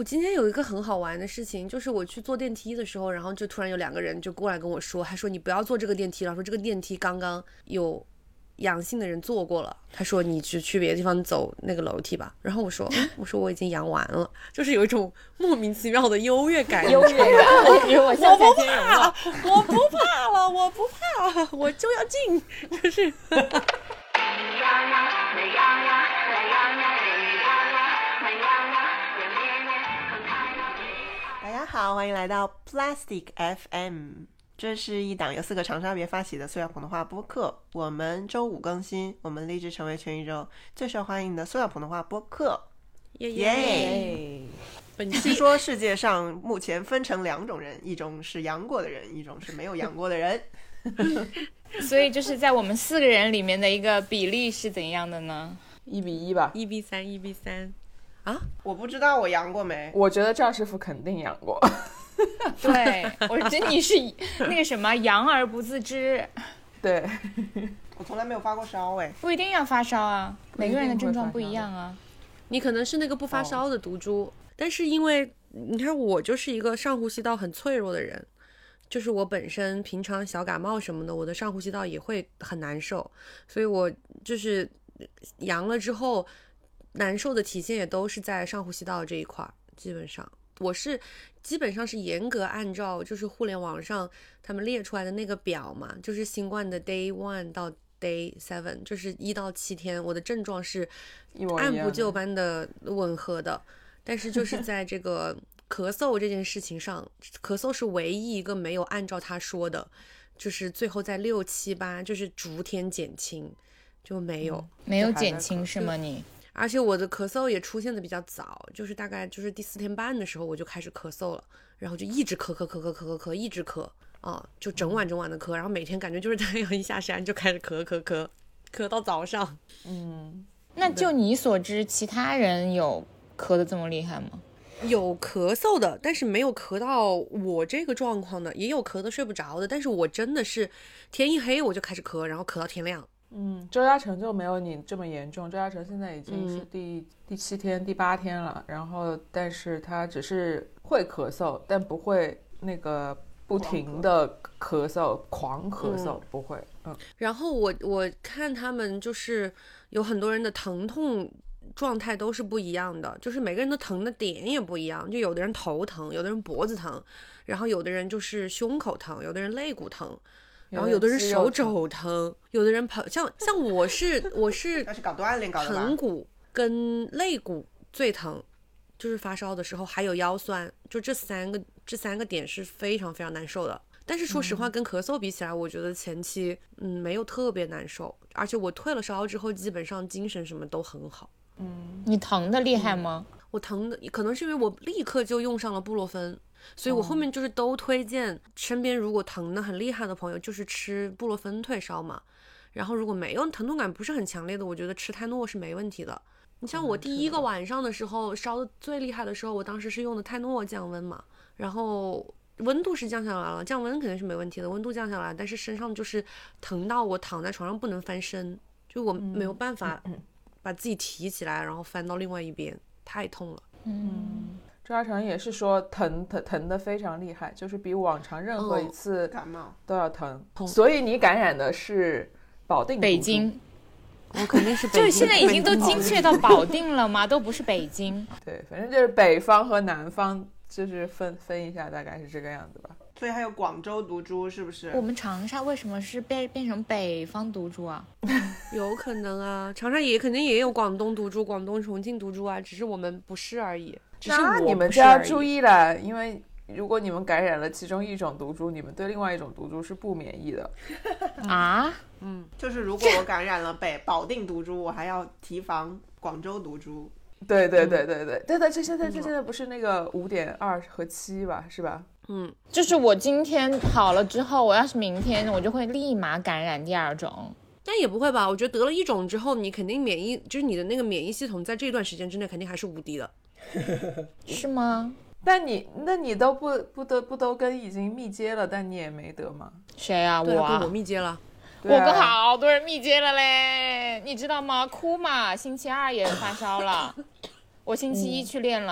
我今天有一个很好玩的事情，就是我去坐电梯的时候，然后就突然有2个人就过来跟我说，他说你不要坐这个电梯了，说这个电梯刚刚有阳性的人坐过了，他说你去别的地方走那个楼梯吧。然后我说我已经阳完了，就是有一种莫名其妙的优越感。 优越感，我觉得我像夏天人了。 我不怕了，我不怕了，我就要进，就是大家好，欢迎来到 Plastic FM， 这是一档由4个长沙别发起的塑料普通话播客。我们周5更新，我们立志成为全宇宙最受欢迎的塑料普通话播客。耶！据说世界上目前分成2种人，一种是阳过的人，一种是没有阳过的人。 所以就是在我们4个人里面的一个比例是怎样的呢 ？1:1吧 ，1:3啊？ 我不知道我阳过没。 我觉得赵师傅肯定阳过。 对，我觉得你是那个什么阳而不自知。 对， 我从来没有发过烧哎。 不一定要发烧啊，每个人的症状不一样啊。 你可能是那个不发烧的毒株，但是因为你看我就是一个上呼吸道很脆弱的人，就是我本身平常小感冒什么的，我的上呼吸道也会很难受，所以我就是阳了之后难受的体现也都是在上呼吸道这一块。基本上我是基本上是严格按照就是互联网上他们列出来的那个表嘛，就是新冠的 Day 1到Day 7，就是1到7天，我的症状是按部就班的吻合的。但是就是在这个咳嗽这件事情上，咳嗽是唯一一个没有按照他说的，就是最后在6、7、8就是逐天减轻，就没有减轻是吗？你而且我的咳嗽也出现的比较早，就是大概就是第4天半的时候我就开始咳嗽了，然后就一直咳，一直咳啊，就整晚的咳，然后每天感觉就是太阳一下山就开始咳到早上。 那就你所知，其他人有咳得这么厉害吗？ 有咳嗽的，但是没有咳到我这个状况的，也有咳得睡不着的，但是我真的是天一黑我就开始咳，然后咳到天亮。 周嘉诚就没有你这么严重，周嘉诚现在已经是第7天、第8天了，然后但是他只是会咳嗽，但不会那个不停的咳嗽，狂咳嗽，不会。 然后我看他们就是有很多人的疼痛状态都是不一样的，就是每个人的疼的点也不一样，就有的人头疼，有的人脖子疼，然后有的人就是胸口疼，有的人肋骨疼，然后有的人手肘疼，有的人像我是搞锻炼搞的吧， 盆骨跟肋骨最疼，就是发烧的时候，还有腰酸，就这三个点是非常非常难受的。但是说实话，跟咳嗽比起来，我觉得前期没有特别难受，而且我退了烧之后，基本上精神什么都很好。 你疼的厉害吗？ 我疼的可能是因为我立刻就用上了布洛芬，所以我后面就是都推荐身边如果疼的很厉害的朋友就是吃布洛芬退烧嘛，然后如果没有疼痛感不是很强烈的，我觉得吃泰诺是没问题的。你像我第1个晚上的时候烧的最厉害的时候，我当时是用的泰诺降温嘛，然后温度是降下来了，降温肯定是没问题的，温度降下来，但是身上就是疼到我躺在床上不能翻身，就我没有办法把自己提起来然后翻到另外一边，太痛了。 周嘉诚也是说疼的非常厉害，就是比往常任何一次感冒都要疼。所以你感染的是保定北京。 我肯定是北京， 就是现在已经都精确到保定了吗？都不是北京。 对，反正就是北方和南方就是分一下，大概是这个样子吧。 所以还有广州毒株是不是？ 我们长沙为什么是变成北方毒株啊？ 有可能啊，长沙也肯定也有广东毒株、广东重庆毒株啊，只是我们不是而已。 那你们就要注意了，因为如果你们感染了其中一种毒株，你们对另外一种毒株是不免疫的。 啊？ 就是如果我感染了保定毒株，我还要提防广州毒株。 对，这现在不是那个5.2和7吧，是吧？ 就是我今天好了之后，我要是明天我就会立马感染第2种。 但也不会吧，我觉得得了1种之后，你肯定免疫，就是你的那个免疫系统在这段时间之内肯定还是无敌的。 是吗？ 但你都不都跟已经密接了，但你也没得吗？ 谁啊？ 对啊， 我啊， 跟我密接了。 我跟好多人密接了嘞，你知道吗？哭嘛，星期2也发烧了，我星期1去练了。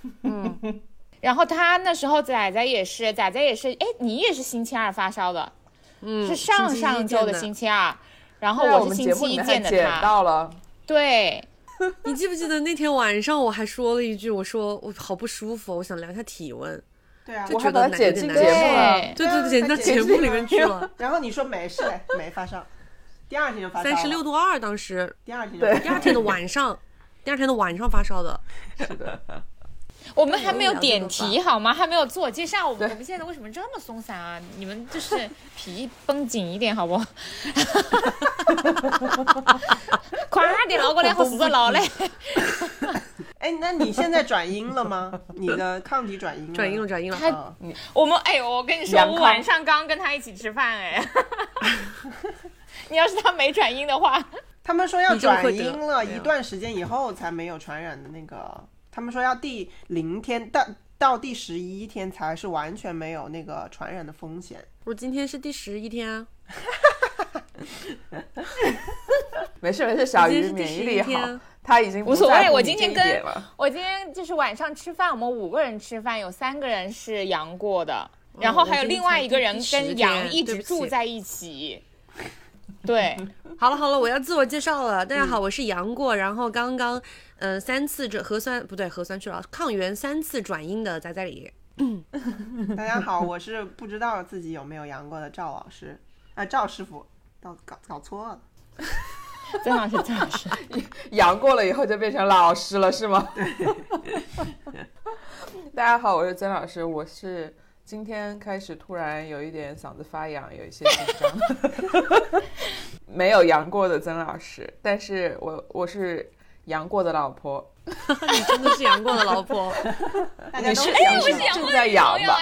然后他那时候仔仔也是，哎，你也是星期二发烧的，是上上周的星期二，然后我是星期一见的他。 到了。 对。 你记不记得那天晚上我还说了一句，我说我好不舒服，我想量一下体温。 对啊， 就觉得剪进节目了， 对，剪到节目里面去了。 然后你说没事，没发烧，第二天就发烧了 ，36.2度，当时第二天的晚上发烧的。 是的。 我们还没有点题好吗？还没有自我介绍，我们现在为什么这么松散啊？你们就是皮绷紧一点好不好？快点老过来，好死老嘞！ 哎，那你现在转阴了吗？你的抗体转阴了？ 转阴了。 我跟你说，我晚上刚跟他一起吃饭哎。你要是他没转阴的话， 他们说要转阴了一段时间以后才没有传染的那个。他们说要第0天到第11天才是完全没有那个传染的风险。 我今天是第11天啊。 没事，小鱼免疫力好，他已经无所谓。我今天就是晚上吃饭，我们5个人吃饭，有3个人是阳过的，然后还有另外一个人跟阳一直住在一起。对， 好了，我要自我介绍了。大家好，我是杨过，然后刚刚3次核酸去了，抗原3次转阴的仔里。 大家好，我是不知道自己有没有阳过的赵老师，赵师傅，搞错了。 曾老师， 阳过了以后就变成老师了是吗？大家好，我是曾老师，我是今天开始突然有一点嗓子发痒，有一些紧张。没有阳过的曾老师，但是我是阳过的老婆。 你真的是阳过的老婆。 大家都是正在阳吧？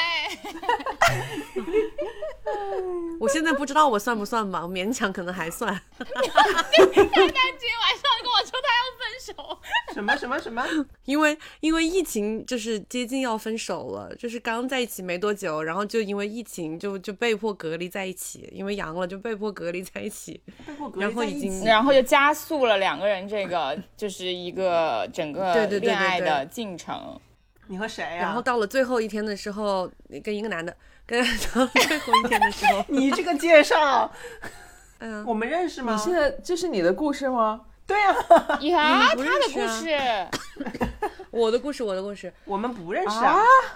我现在不知道我算不算吧，勉强可能还算。 他今天晚上跟我说他要分手。 什么？ 因为疫情就是接近要分手了，就是刚在一起没多久，然后就因为疫情就被迫隔离在一起，因为阳了就被迫隔离在一起， 然后就加速了2个人这个就是一个整个恋爱的进程。 你和谁啊？ 然后到了最后一天的时候，跟一个男的，跟到最后一天的时候， 你这个介绍，我们认识吗？ 你现在这是你的故事吗？ 对啊， 他的故事， 我的故事， 我们不认识啊。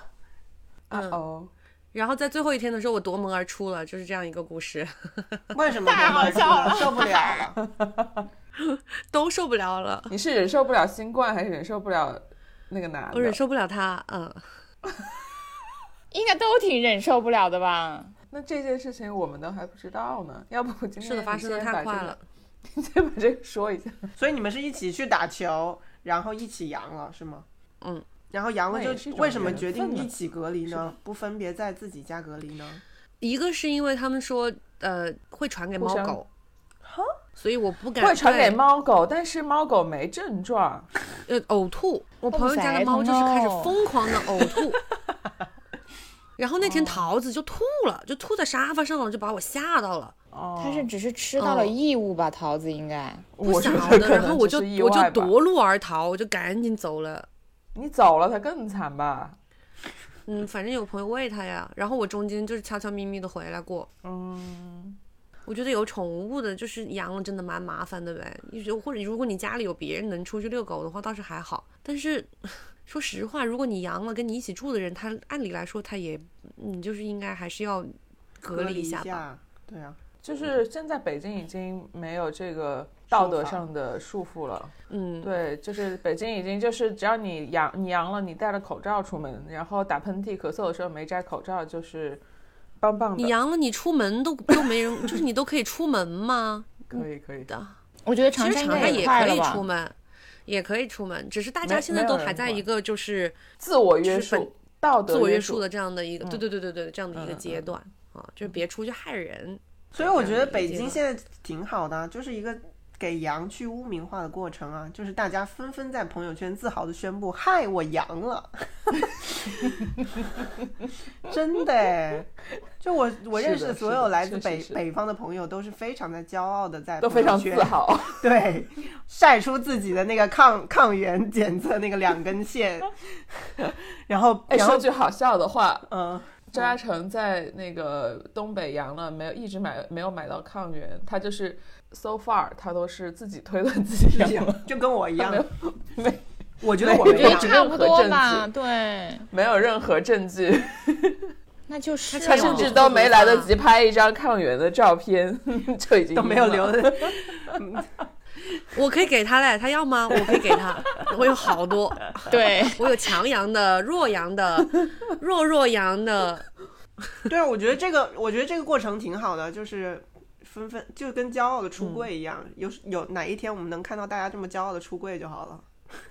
然后在最后一天的时候，我夺门而出了，就是这样一个故事。 为什么夺门而出了？受不了了， 都受不了了。 你是忍受不了新冠，还是忍受不了那个男的？ 我忍受不了他， 应该都挺忍受不了的吧？ 那这件事情我们都还不知道呢，要不今天是的，发生的太快了。 你先把这个说一下。 所以你们是一起去打球，然后一起阳了，是吗？然后阳了就为什么决定一起隔离呢？不分别在自己家隔离呢？ 一个是因为他们说会传给猫狗，所以我不敢。 会传给猫狗，但是猫狗没症状。 呕吐，我朋友家的猫就是开始疯狂的呕吐。然后那天桃子就吐了，就吐在沙发上了，就把我吓到了。 他是只是吃到了异物吧？桃子应该不晓得，然后我就夺路而逃，我就赶紧走了。 你走了，他更惨吧？ 反正有朋友喂他呀。然后我中间就是悄悄咪咪的回来过。我觉得有宠物的，就是阳了真的蛮麻烦的呗。或者如果你家里有别人能出去遛狗的话，倒是还好。但是说实话，如果你阳了，跟你一起住的人，他按理来说他也，你就是应该还是要隔离一下吧。 对啊， 就是现在北京已经没有这个道德上的束缚了。对，就是北京已经就是只要你阳了，你戴了口罩出门，然后打喷嚏、咳嗽的时候没摘口罩，就是棒棒的。 你阳了，你出门都没人，就是你都可以出门吗？ 可以的。 我觉得长沙也可以出门。也可以出门，只是大家现在都还在一个就是自我约束、道德自我约束的这样的一个，对，这样的一个阶段就是别出去害人。 所以我觉得北京现在挺好的，就是一个给阳去污名化的过程啊，就是大家纷纷在朋友圈自豪的宣布：“嗨，我阳了。” 真的，就我认识的所有来自北方的朋友都是非常的骄傲的，在都非常自豪， 对，晒出自己的那个抗原检测那个2根线，然后说句好笑的话，张嘉诚在那个东北阳了，没有买到抗原，他就是 so far 他都是自己推断自己阳了， 就跟我一样， 没。 我觉得我没有差不多吧，对， 没有任何证据， 那就是他甚至都没来得及拍一张抗原的照片，就已经都没有留的。 我可以给他嘞，他要吗？我可以给他，我有好多， 对， 我有强阳的、弱阳的、弱阳的。 对啊，我觉得这个过程挺好的，就是纷纷就跟骄傲的出柜一样，有哪一天我们能看到大家这么骄傲的出柜就好了。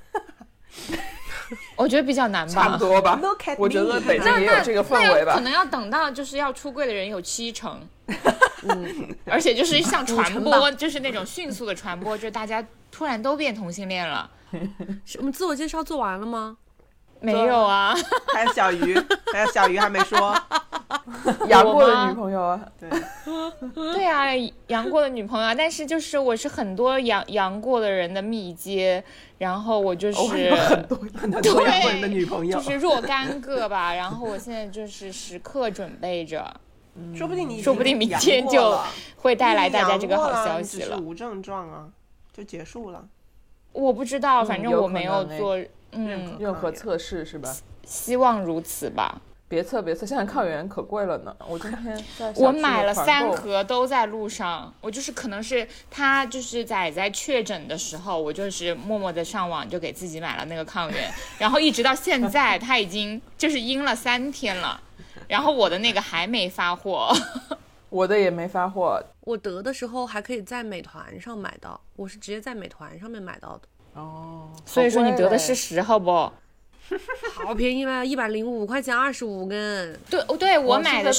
我觉得比较难吧， 差不多吧。我觉得北京也有这个氛围吧。 可能要等到就是要出柜的人有70%，而且就是像传播，就是那种迅速的传播，就是大家突然都变同性恋了。 我们自我介绍做完了吗？ 没有啊， 还有小鱼还没说。 杨过的女朋友啊， 对啊，杨过的女朋友啊，但是就是我是很多杨过的人的密接，然后我就是很多杨过人的女朋友， 就是若干个吧，然后我现在就是时刻准备着， 说不定明天就会带来大家这个好消息了。只是无症状啊，就结束了。 我不知道，反正我没有做任何测试是吧？ 希望如此吧。 别测，现在抗原可贵了呢。我今天我买了3盒，都在路上。我就是可能是他就是在确诊的时候，我就是默默的上网就给自己买了那个抗原，然后一直到现在，他已经就是阴了3天了，然后我的那个还没发货。 我的也没发货。 我得的时候还可以在美团上买到，我是直接在美团上面买到的。 哦， 所以说你得的是10号不？ 好便宜吧，105块钱25根。 对，我买的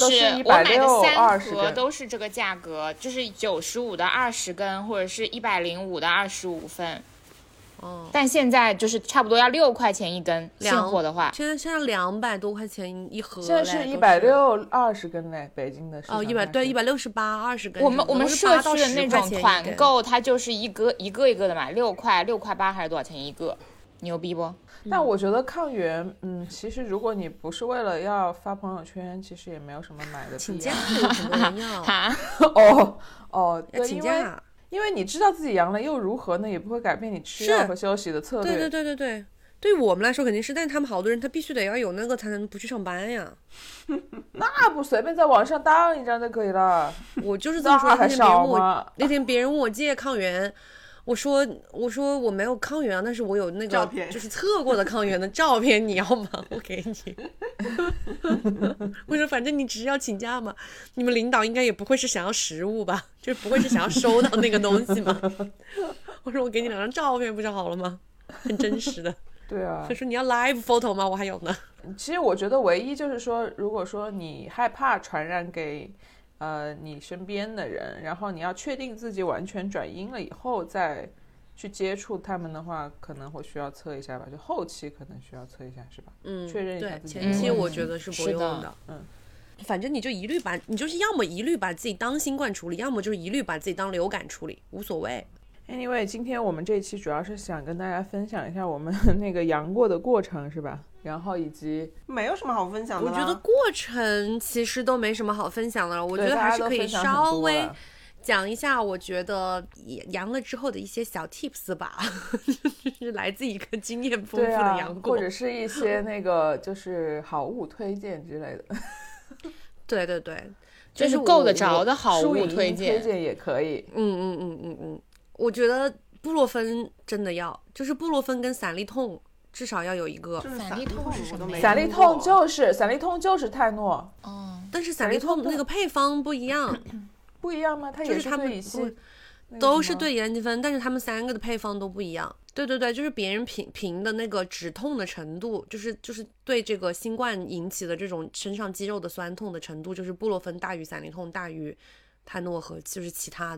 3盒都是这个价格，就是95的20根，或者是105的25份。但现在就是差不多要6块钱一根，现货的话， 现在200多块钱一盒， 现在是160 20根嘞，北京的市场对168 20根。 我们社区的那种团购，它就是一个一个的买，6块8还是多少钱一个？牛逼不？ 但我觉得抗原，其实如果你不是为了要发朋友圈，其实也没有什么买的必要。 请假有很多人要对， 请假， 因为你知道自己阳了又如何呢？也不会改变你吃药和休息的策略。 对，对于我们来说肯定是，但是他们好多人他必须得要有那个才能不去上班呀。 那不随便在网上当一张就可以了。 我就是这么说。 还少吗？ 那天别人问我借抗原。我说我没有抗原啊，但是我有那个就是测过的抗原的照片，你要吗？我给你。我说反正你只是要请假嘛，你们领导应该也不会是想要实物吧，就是不会是想要收到那个东西嘛。我说我给你2张照片不就好了吗？很真实的。 对啊。 他说你要 live photo 吗？我还有呢。 其实我觉得唯一就是说，如果说你害怕传染给你身边的人，然后你要确定自己完全转阴了以后再去接触他们的话，可能会需要测一下吧，就后期可能需要测一下是吧？确认一下自己。 对，前期我觉得是不用的。反正你就你就是要么一律把自己当新冠处理，要么就是一律把自己当流感处理，无所谓。 Anyway， 今天我们这一期主要是想跟大家分享一下我们那个阳过的过程是吧？然后以及没有什么好分享的。 我觉得过程其实都没什么好分享的了，我觉得还是可以稍微讲一下我觉得阳了之后的一些小 tips 吧，就是来自一个经验丰富的阳过， 或者是一些那个就是好物推荐之类的。 对， 就是够得着的好物推荐也可以。 我觉得布洛芬真的就是布洛芬跟散利痛至少要有一个。 散利痛是什么？ 散利痛就是泰诺。 但是散利痛那个配方不一样。 不一样吗？它也是对乙烯， 都是对乙氨基酚，但是他们3个的配方都不一样。对，就是别人评的那个止痛的程度，就是对这个新冠引起的这种身上肌肉的酸痛的程度，就是布洛芬大于散利痛大于泰诺和就是其他的。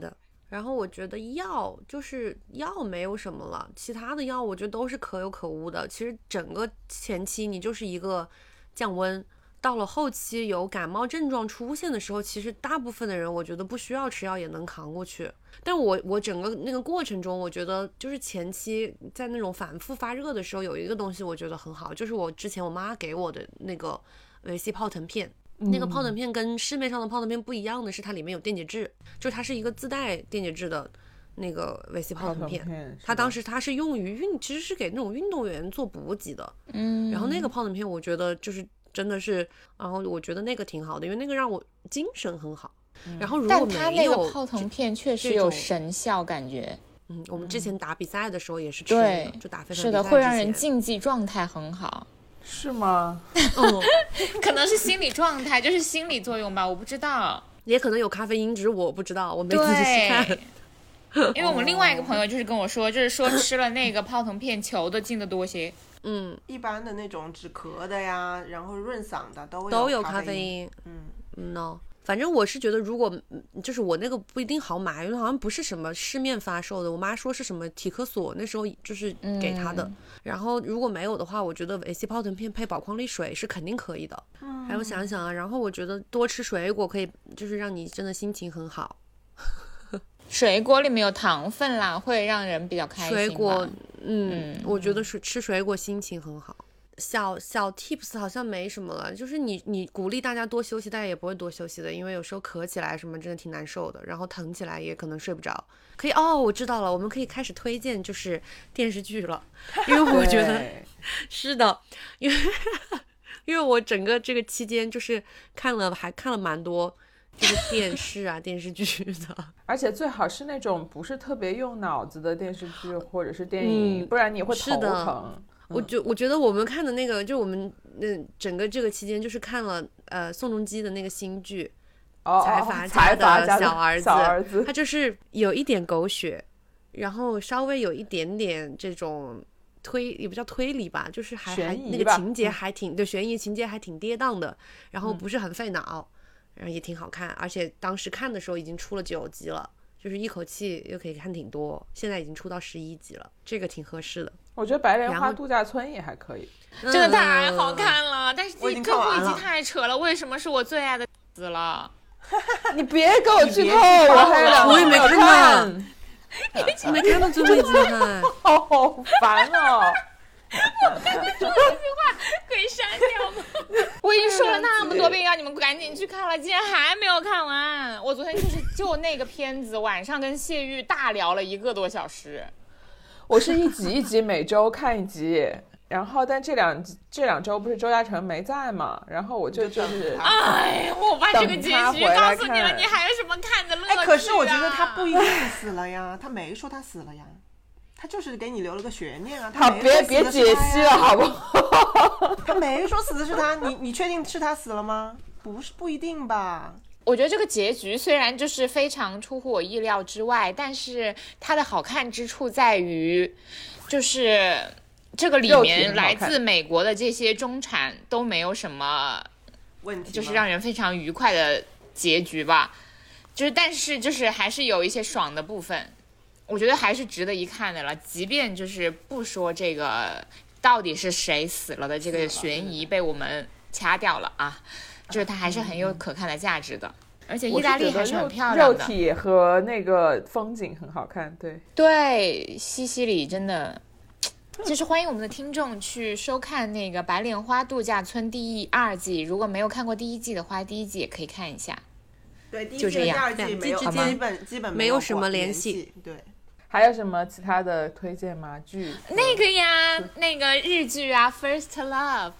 然后我觉得药就是药没有什么了，其他的药我觉得都是可有可无的。其实整个前期你就是一个降温，到了后期有感冒症状出现的时候，其实大部分的人我觉得不需要吃药也能扛过去。但我整个那个过程中，我觉得就是前期在那种反复发热的时候，有一个东西我觉得很好，就是我之前我妈给我的那个维 C 泡腾片。那个泡腾片跟市面上的泡腾片不一样的是，它里面有电解质，就它是一个自带电解质的那个维 C 泡腾片。它当时它是用于其实是给那种运动员做补给的。然后那个泡腾片我觉得就是真的是，然后我觉得那个挺好的，因为那个让我精神很好。然后如果没有， 但它那个泡腾片确实有神效感觉。 我们之前打比赛的时候也是吃的， 对， 就打非常是的，会让人竞技状态很好。 是吗？ 可能是心理状态，就是心理作用吧，我不知道， 也可能有咖啡因，只是我不知道，我没仔细看。 因为我们另外一个朋友就是跟我说，就是说吃了那个泡腾片球的进的多些。 一般的那种止咳的呀，然后润嗓的都有咖啡因。no。反正我是觉得，如果就是我那个不一定好买，因为好像不是什么市面发售的。我妈说是什么体科所那时候就是给她的。然后如果没有的话，我觉得维 C 泡腾片配宝矿力水是肯定可以的。还有想想啊，然后我觉得多吃水果可以，就是让你真的心情很好。 水果里面有糖分啦，会让人比较开心。 水果，我觉得吃水果心情很好。小 tips 好像没什么了，就是你鼓励大家多休息，大家也不会多休息的，因为有时候咳起来什么真的挺难受的，然后疼起来也可能睡不着。可以我知道了，我们可以开始推荐就是电视剧了，因为我觉得是的，因为我整个这个期间就是还看了蛮多就是电视啊电视剧的， 而且最好是那种不是特别用脑子的电视剧或者是电影，不然你会头疼。 我觉得我们看的那个，就我们整个这个期间就是看了宋仲基的那个新剧财阀家的小儿子，他就是有一点狗血，然后稍微有一点点这种也不叫推理吧，就是还那个情节还挺对，悬疑情节还挺跌宕的，然后不是很费脑，然后也挺好看，而且当时看的时候已经出了9集了。就是一口气又可以看挺多，现在已经出到11集了，这个挺合适的。 我觉得白莲花度假村也还可以， 这个太好看了，但是最后一集太扯了，为什么是我最爱的死了？ 你别给我剧透，我也没看到，没看到最后一集看， 好烦哦。 这句话可以删掉吗？我已经说了那么多遍让你们赶紧去看了，竟然还没有看完。我昨天就那个片子晚上跟谢玉大聊了1个多小时。 我是一集一集每周看一集，然后但这两周不是周嘉诚没在嘛，然后我就是我把这个结局告诉你了，你还有什么看的乐趣啊？ 可是我觉得他不一定死了呀，他没说他死了呀。他就是给你留了个悬念啊！他别解析了，好不好？ 他没说死的是他，你确定是他死了吗？不一定吧。 我觉得这个结局虽然就是非常出乎我意料之外，但是它的好看之处在于，就是这个里面来自美国的这些中产都没有什么问题， 就是让人非常愉快的结局吧。但是就是还是有一些爽的部分。我觉得还是值得一看的了，即便就是不说这个到底是谁死了的这个悬疑被我们掐掉了啊，就是它还是很有可看的价值的，而且意大利还是很漂亮的， 肉体和那个风景很好看， 对，西西里真的就是欢迎我们的听众去收看那个《白莲花度假村》第2季，如果没有看过第1季的话，第1季也可以看一下。 对，第1季和第2季没有基本没有什么联系， 对。 还有什么其他的推荐吗？剧那个呀，那个日剧啊 ，First Love，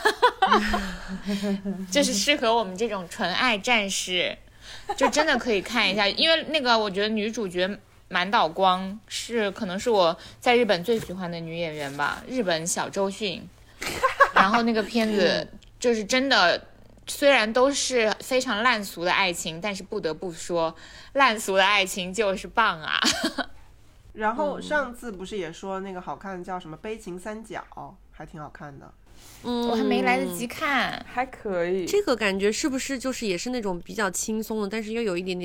就是适合我们这种纯爱战士，就真的可以看一下。因为那个我觉得女主角满岛光可能是我在日本最喜欢的女演员吧，日本小周迅。然后那个片子就是真的，虽然都是非常烂俗的爱情，但是不得不说，烂俗的爱情就是棒啊。 然后上次不是也说那个好看叫什么《悲情三角》，还挺好看的。 我还没来得及看， 还可以。 这个感觉是不是就是也是那种比较轻松的，但是又有一点点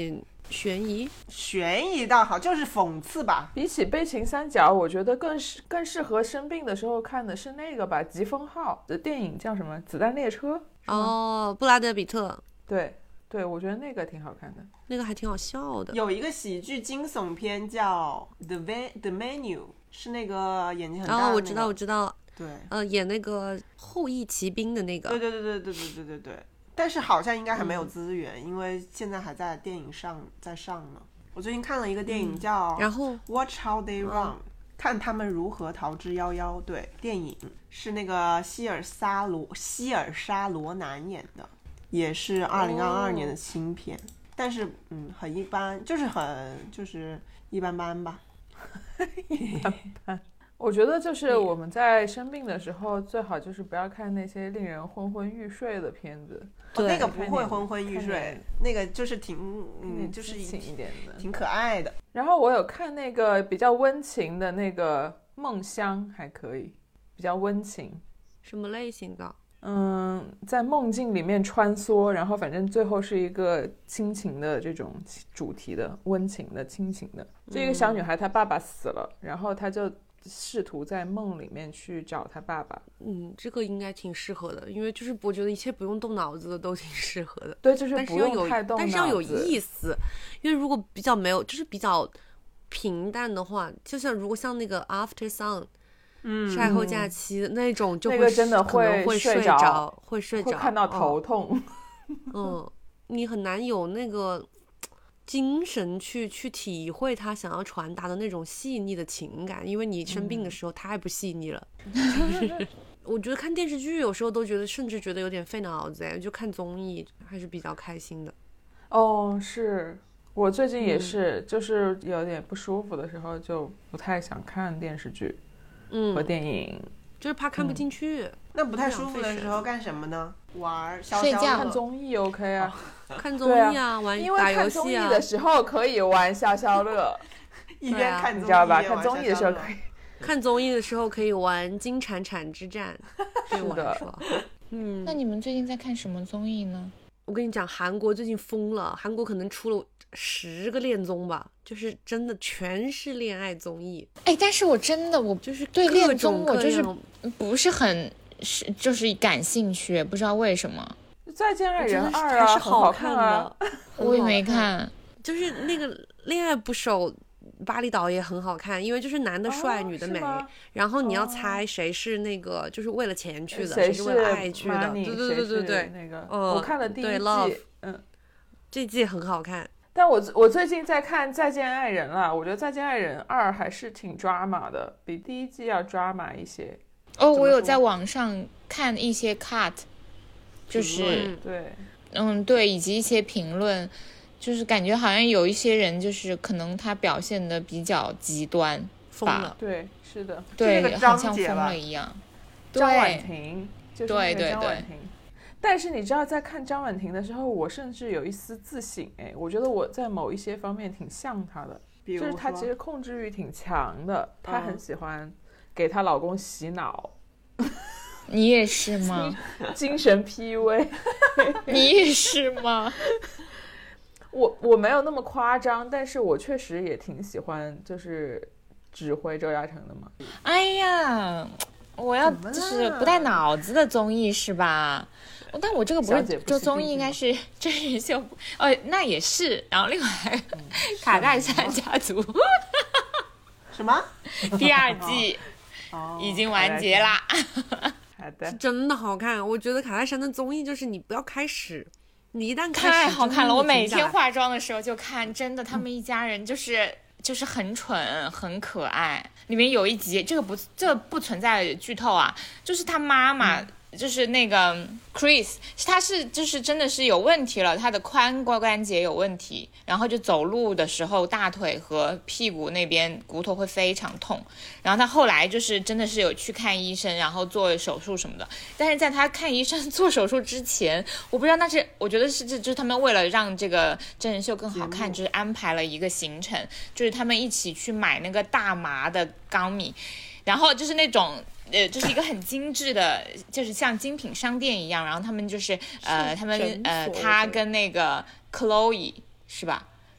悬疑倒好，就是讽刺吧。 比起悲情三角，我觉得更适合生病的时候看的是那个吧，疾风号的电影叫什么？子弹列车？ 哦，布拉德比特。 对，我觉得那个挺好看的， 那个还挺好笑的。 有一个喜剧惊悚片叫 The Menu， 是那个眼睛很大的、那个。 我知道。 对， 演那个后羿骑兵的那个。 对。但是好像应该还没有资源，因为现在还在电影在上呢。我最近看了一个电影叫然后 Watch How They Run，看他们如何逃之夭夭。对，电影是那个希尔莎罗南演的，也是2022年的新片，但是很一般，就是一般般吧。 一般般。我觉得就是我们在生病的时候，最好就是不要看那些令人昏昏欲睡的片子。 对，那个不会昏昏欲睡，那个就是就是一点的， 挺可爱的。 然后我有看那个比较温情的那个《梦乡》，还可以，比较温情。 什么类型的？ 在梦境里面穿梭，然后反正最后是一个亲情的这种主题的，温情的、亲情的。这个小女孩她爸爸死了，然后她就试图在梦里面去找他爸爸。 这个应该挺适合的，因为就是我觉得一切不用动脑子的都挺适合的。 对，就是不用太动脑子， 但是要有意思。因为如果比较没有，就是比较平淡的话，就像如果像那个 After Sun，晒后假期那种，就会那个真的可能会睡着，会看到头痛。 你很难有那个精神去体会他想要传达的那种细腻的情感，因为你生病的时候太不细腻了。我觉得看电视剧有时候都甚至觉得有点费脑子，就看综艺还是比较开心的。 是我最近也是，就是有点不舒服的时候就不太想看电视剧和电影， 就是怕看不进去。 那不太舒服的时候干什么呢？玩睡觉， 看综艺 OK 啊， 看综艺啊，玩打游戏啊。因为看综艺的时候可以玩消消乐， 一边看综艺你知道吧？看综艺的时候可以， 看综艺的时候可以玩金铲铲之战。对我来说， 那你们最近在看什么综艺呢？ 我跟你讲，韩国最近疯了，韩国可能出了10个恋综吧，就是真的全是恋爱综艺。 但是我就是对恋综我就是不是很就是感兴趣，不知道为什么。 再见爱人2 还是好看的， 我也没看。 就是那个恋爱捕手巴厘岛也很好看，因为就是男的帅，女的美，然后你要猜谁是那个就是为了钱去的，谁是为了爱去的。对， 那个我看了第一季， 这季很好看。 但我最近在看再见爱人了，我觉得再见爱人2还是挺 drama 的，比第一季要 drama 一些。 我有在网上看一些 cut， 就是对，以及一些评论，就是感觉好像有一些人就是可能他表现的比较极端， 疯了。 对，是的， 对，好像疯了一样。 张婉婷，就是那个张婉婷。 对。 但是你知道，在看张婉婷的时候，我甚至有一丝自省，我觉得我在某一些方面挺像她的，就是她其实控制欲挺强的，她很喜欢给她老公洗脑。 你也是吗？ 精神 PUA。 你也是吗？ 我没有那么夸张，但是我确实也挺喜欢就是指挥周嘉诚的嘛。 哎呀，我要就是不带脑子的综艺是吧？但我这个不是做综艺，应该是真人秀。那也是。然后另外卡戴珊家族什么第2季已经完结啦。 好的， 是真的好看。我觉得卡戴珊的综艺就是你不要开始，你一旦开始太好看了。我每天化妆的时候就看，真的他们一家人就是很蠢很可爱。里面有一集，这个不存在剧透啊，就是他妈妈。就是那个 Chris， 他是就是真的是有问题了，他的髋关节有问题，然后就走路的时候大腿和屁股那边骨头会非常痛，然后他后来就是真的是有去看医生，然后做手术什么的。但是在他看医生做手术之前，我不知道那是我觉得是就是他们为了让这个真人秀更好看，就是安排了一个行程，就是他们一起去买那个大麻的钢米，然后就是那种就是一个很精致的，就是像精品商店一样，然后他们就是他跟那个 Chloe 是吧？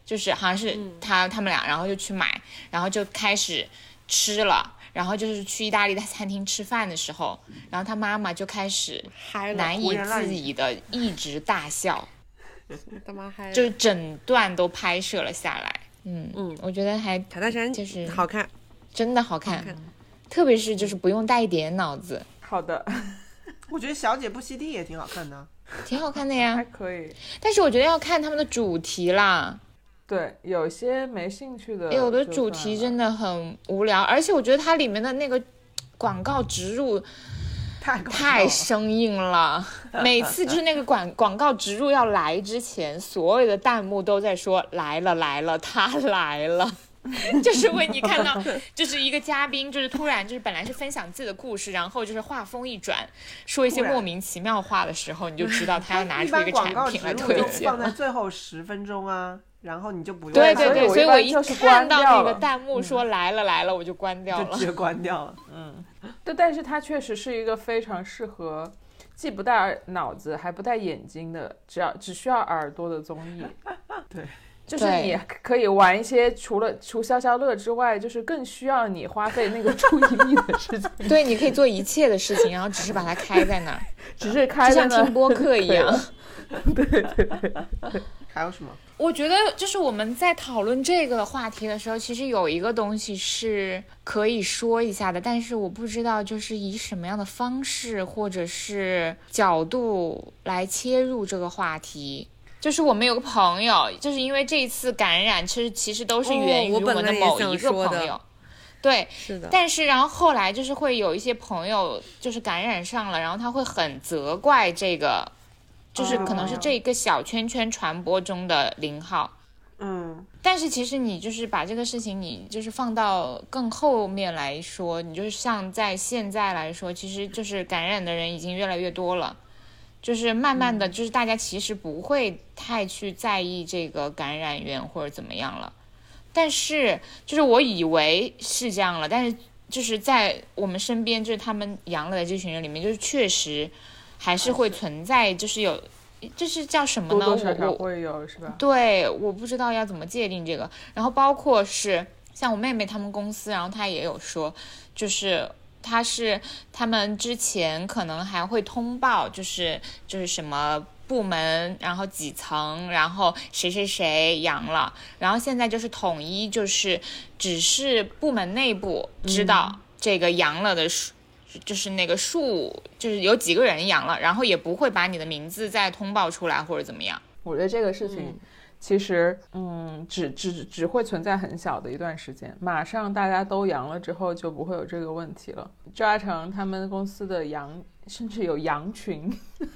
就是好像是他们俩，然后就去买，然后就开始吃了，然后就是去意大利的餐厅吃饭的时候，然后他妈妈就开始难以自已的一直大笑， 他妈嗨了， 就是整段都拍摄了下来。我觉得还塔塔山就是好看， 真的好看，特别是就是不用带一点脑子。 好的， 我觉得小姐不吸地也挺好看的， 挺好看的呀， 还可以。 但是我觉得要看他们的主题啦。 对，有些没兴趣的， 有的主题真的很无聊，而且我觉得它里面的那个广告植入太生硬了。每次就是那个广告植入要来之前，所有的弹幕都在说来了来了，他来了。就是为你看到，就是一个嘉宾，就是突然就是本来是分享自己的故事，然后就是话锋一转，说一些莫名其妙话的时候，你就知道他要拿出一个产品来推荐。 放在最后10分钟啊，然后你就不用。 对，所以我一看到那个弹幕说来了来了，我就关掉了， 就直接关掉了。 对，但是它确实是一个非常适合既不带脑子还不带眼睛的，只需要耳朵的综艺。 对。 就是你可以玩一些除消消乐之外，就是更需要你花费那个注意力的事情。 对，你可以做一切的事情，然后只是把它开在那儿， 只是开在那儿， 就像听播客一样。 对。 还有什么？ 我觉得就是我们在讨论这个话题的时候，其实有一个东西是可以说一下的，但是我不知道就是以什么样的方式或者是角度来切入这个话题。就是我们有个朋友，就是因为这一次感染其实都是源于我们的某一个朋友，对， 是的。 但是然后后来就是会有一些朋友就是感染上了，然后他会很责怪这个，就是可能是这个小圈圈传播中的0号。但是其实你就是把这个事情你就是放到更后面来说，你就是像在现在来说，其实就是感染的人已经越来越多了。就是慢慢的就是大家其实不会太去在意这个感染源或者怎么样了，但是就是我以为是这样了，但是就是在我们身边就是他们阳了的这群人里面，就是确实还是会存在，就是有就是叫什么呢， 多多少少会有是吧？ 对，我不知道要怎么界定这个。然后包括是像我妹妹他们公司，然后她也有说，就是他们之前可能还会通报，就是什么部门，然后几层，然后谁阳了，然后现在就是统一，就是只是部门内部知道这个阳了的就是那个数，就是有几个人阳了，然后也不会把你的名字再通报出来或者怎么样。 我觉得这个事情其实只会存在很小的一段时间，马上大家都阳了之后就不会有这个问题了。赵嘉诚他们公司的阳甚至有阳群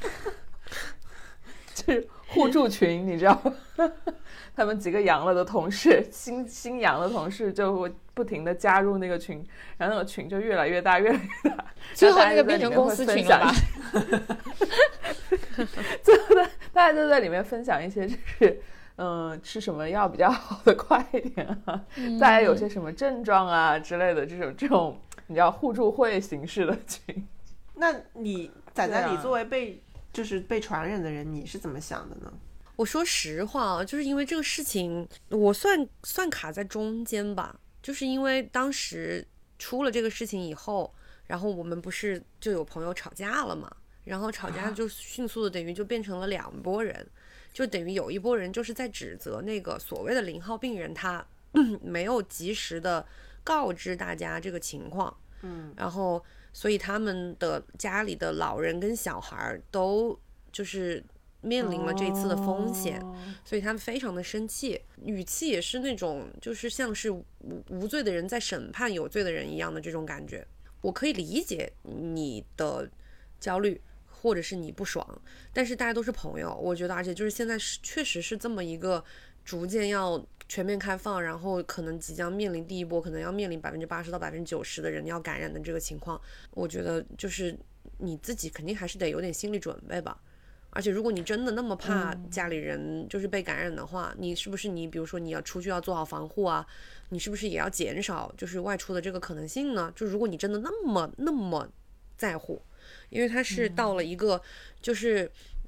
就是互助群，你知道吗？他们几个阳了的同事，新阳的同事就会不停的加入那个群，然后那个群就越来越大越来越大， 最后那个变成公司群了吧？ 最后大家都在里面分享一些就是吃什么药比较好的快一点啊，大家有些什么症状啊之类的这种你知道互助会形式的群。 那你仔仔，你作为被传染的人，你是怎么想的呢？ 我说实话啊，就是因为这个事情，我算卡在中间吧，就是因为当时出了这个事情以后，然后我们不是就有朋友吵架了嘛，然后吵架就迅速的等于就变成了2拨人，就等于有一拨人就是在指责那个所谓的0号病人他没有及时的告知大家这个情况，然后所以他们的家里的老人跟小孩都就是面临了这次的风险，所以他们非常的生气，语气也是那种就是像是无罪的人在审判有罪的人一样的这种感觉。我可以理解你的焦虑或者是你不爽，但是大家都是朋友，我觉得而且就是现在确实是这么一个逐渐要全面开放，然后可能即将面临第一波可能要面临80%到90%的人要感染的这个情况，我觉得就是你自己肯定还是得有点心理准备吧。而且如果你真的那么怕家里人就是被感染的话，你是不是你比如说你要出去要做好防护啊，你是不是也要减少就是外出的这个可能性呢？就如果你真的那么在乎，因为它是到了一个就是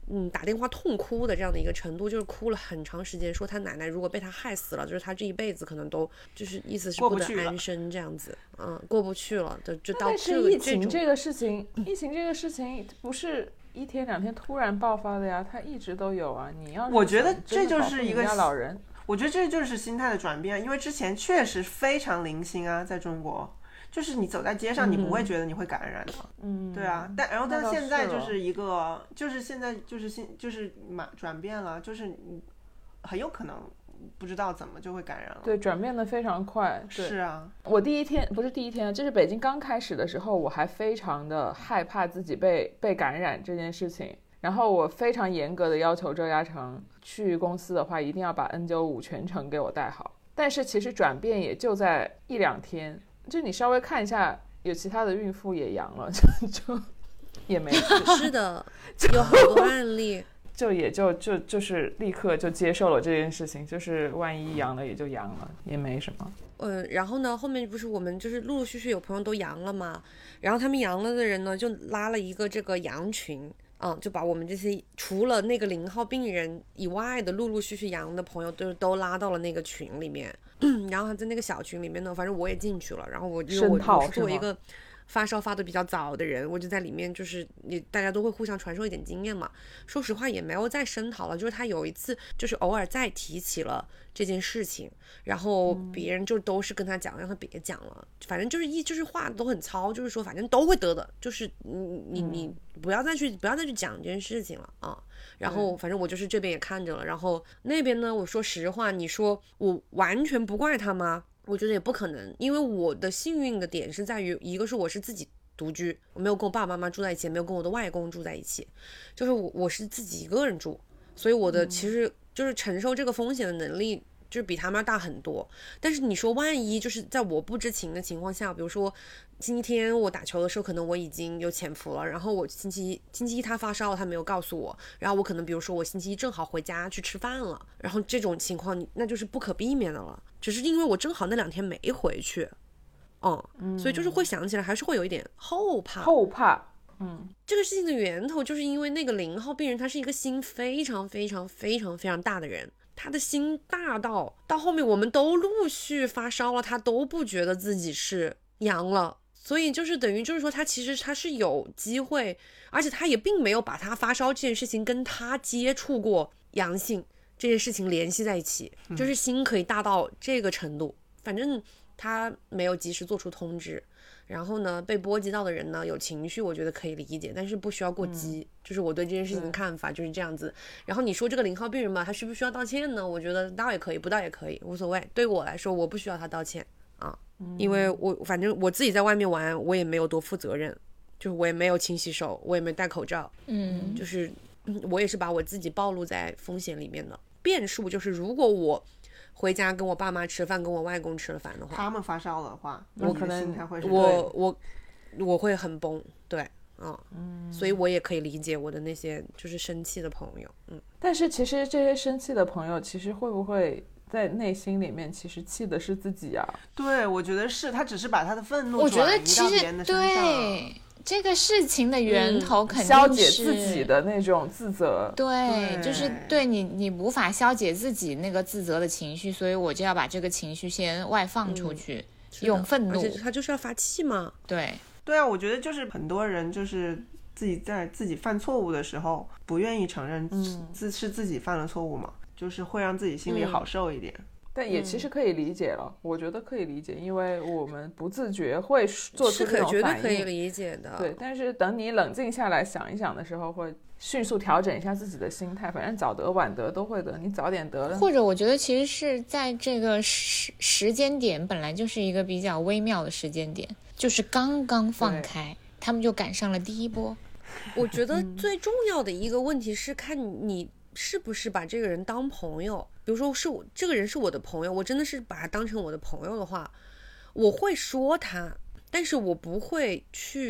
打电话痛哭的这样的一个程度，就是哭了很长时间，说他奶奶如果被他害死了，就是他这一辈子可能都就是意思是不得安生这样子，过不去了，就到这个。 疫情这个事情不是1天2天突然爆发的呀，它一直都有啊。你要我觉得这就是一个老人， 我觉得这就是心态的转变，因为之前确实非常零星啊，在中国。就是你走在街上，你不会觉得你会感染的，对啊，但现在就是一个，就是现在就是转变了，就是你很有可能不知道怎么就会感染了。 对，转变的非常快。 是啊， 我不是第一天，就是北京刚开始的时候，我还非常的害怕自己被感染这件事情，然后我非常严格的要求周嘉诚去公司的话，一定要把 N95 全程给我带好。但是其实转变也就在1-2天。就你稍微看一下，有其他的孕妇也阳了，就也没事。 是的，有很多案例， 就是立刻就接受了这件事情，就是万一阳了也就阳了，也没什么。 然后呢，后面不是我们就是陆陆续续有朋友都阳了嘛，然后他们阳了的人呢，就拉了一个这个阳群。就把我们这些除了那个0号病人以外的陆陆续续阳的朋友都拉到了那个群里面，然后在那个小群里面呢，反正我也进去了，然后因为我是作为一个发烧发的比较早的人，我就在里面，就是大家都会互相传授一点经验嘛。说实话也没有再深讨了，就是他有一次就是偶尔再提起了这件事情，然后别人就都是跟他讲让他别讲了，反正就是话都很糙，就是说反正都会得的，就是你不要再去讲这件事情了啊。然后反正我就是这边也看着了，然后那边呢，我说实话，你说我完全不怪他吗？我觉得也不可能，因为我的幸运的点是在于，一个是我是自己独居，我没有跟我爸爸妈妈住在一起，也没有跟我的外公住在一起，就是我是自己一个人住，所以我的其实就是承受这个风险的能力就是比他们要大很多。但是你说万一就是在我不知情的情况下，比如说星期天我打球的时候可能我已经有潜伏了，然后我星期一他发烧了，他没有告诉我，然后我可能比如说我星期一正好回家去吃饭了，然后这种情况那就是不可避免的了，只是因为我正好那2天没回去，所以就是会想起来还是会有一点后怕。这个事情的源头就是因为那个0号病人他是一个心非常非常非常非常大的人，他的心大到后面我们都陆续发烧了，他都不觉得自己是阳了，所以就是等于就是说他其实他是有机会，而且他也并没有把他发烧这件事情跟他接触过阳性这件事情联系在一起，就是心可以大到这个程度。反正他没有及时做出通知，然后呢被波及到的人呢有情绪，我觉得可以理解，但是不需要过激，就是我对这件事情的看法就是这样子。然后你说这个0号病人吧，他需不需要道歉呢？我觉得道也可以，不道也可以，无所谓。对我来说我不需要他道歉啊，因为反正我自己在外面玩，我也没有多负责任，就是我也没有勤洗手，我也没戴口罩，就是我也是把我自己暴露在风险里面的。变数就是如果我回家跟我爸妈吃饭，跟我外公吃了饭的话， 他们发烧的话， 我可能我会很崩，对，所以我也可以理解我的那些就是生气的朋友， 但是其实这些生气的朋友，其实会不会在内心里面其实气的是自己啊？ 对，我觉得是，他只是把他的愤怒转移到别人的身上。 对，这个事情的源头肯定是消解自己的那种自责。 对，就是对你无法消解自己那个自责的情绪，所以我就要把这个情绪先外放出去，用愤怒。 而且他就是要发气嘛。 对啊，我觉得就是很多人就是自己在自己犯错误的时候不愿意承认是自己犯了错误嘛，就是会让自己心里好受一点。 但也其实可以理解了，我觉得可以理解，因为我们不自觉会做出这种反应， 绝对可以理解的。 对，但是等你冷静下来想一想的时候，会迅速调整一下自己的心态，反正早得晚得都会得，你早点得了。 或者我觉得其实是在这个时间点本来就是一个比较微妙的时间点，就是刚刚放开，他们就赶上了第一波。 我觉得最重要的一个问题是看你是不是把这个人当朋友。比如说是我这个人是我的朋友，我真的是把他当成我的朋友的话，我会说他，但是我不会去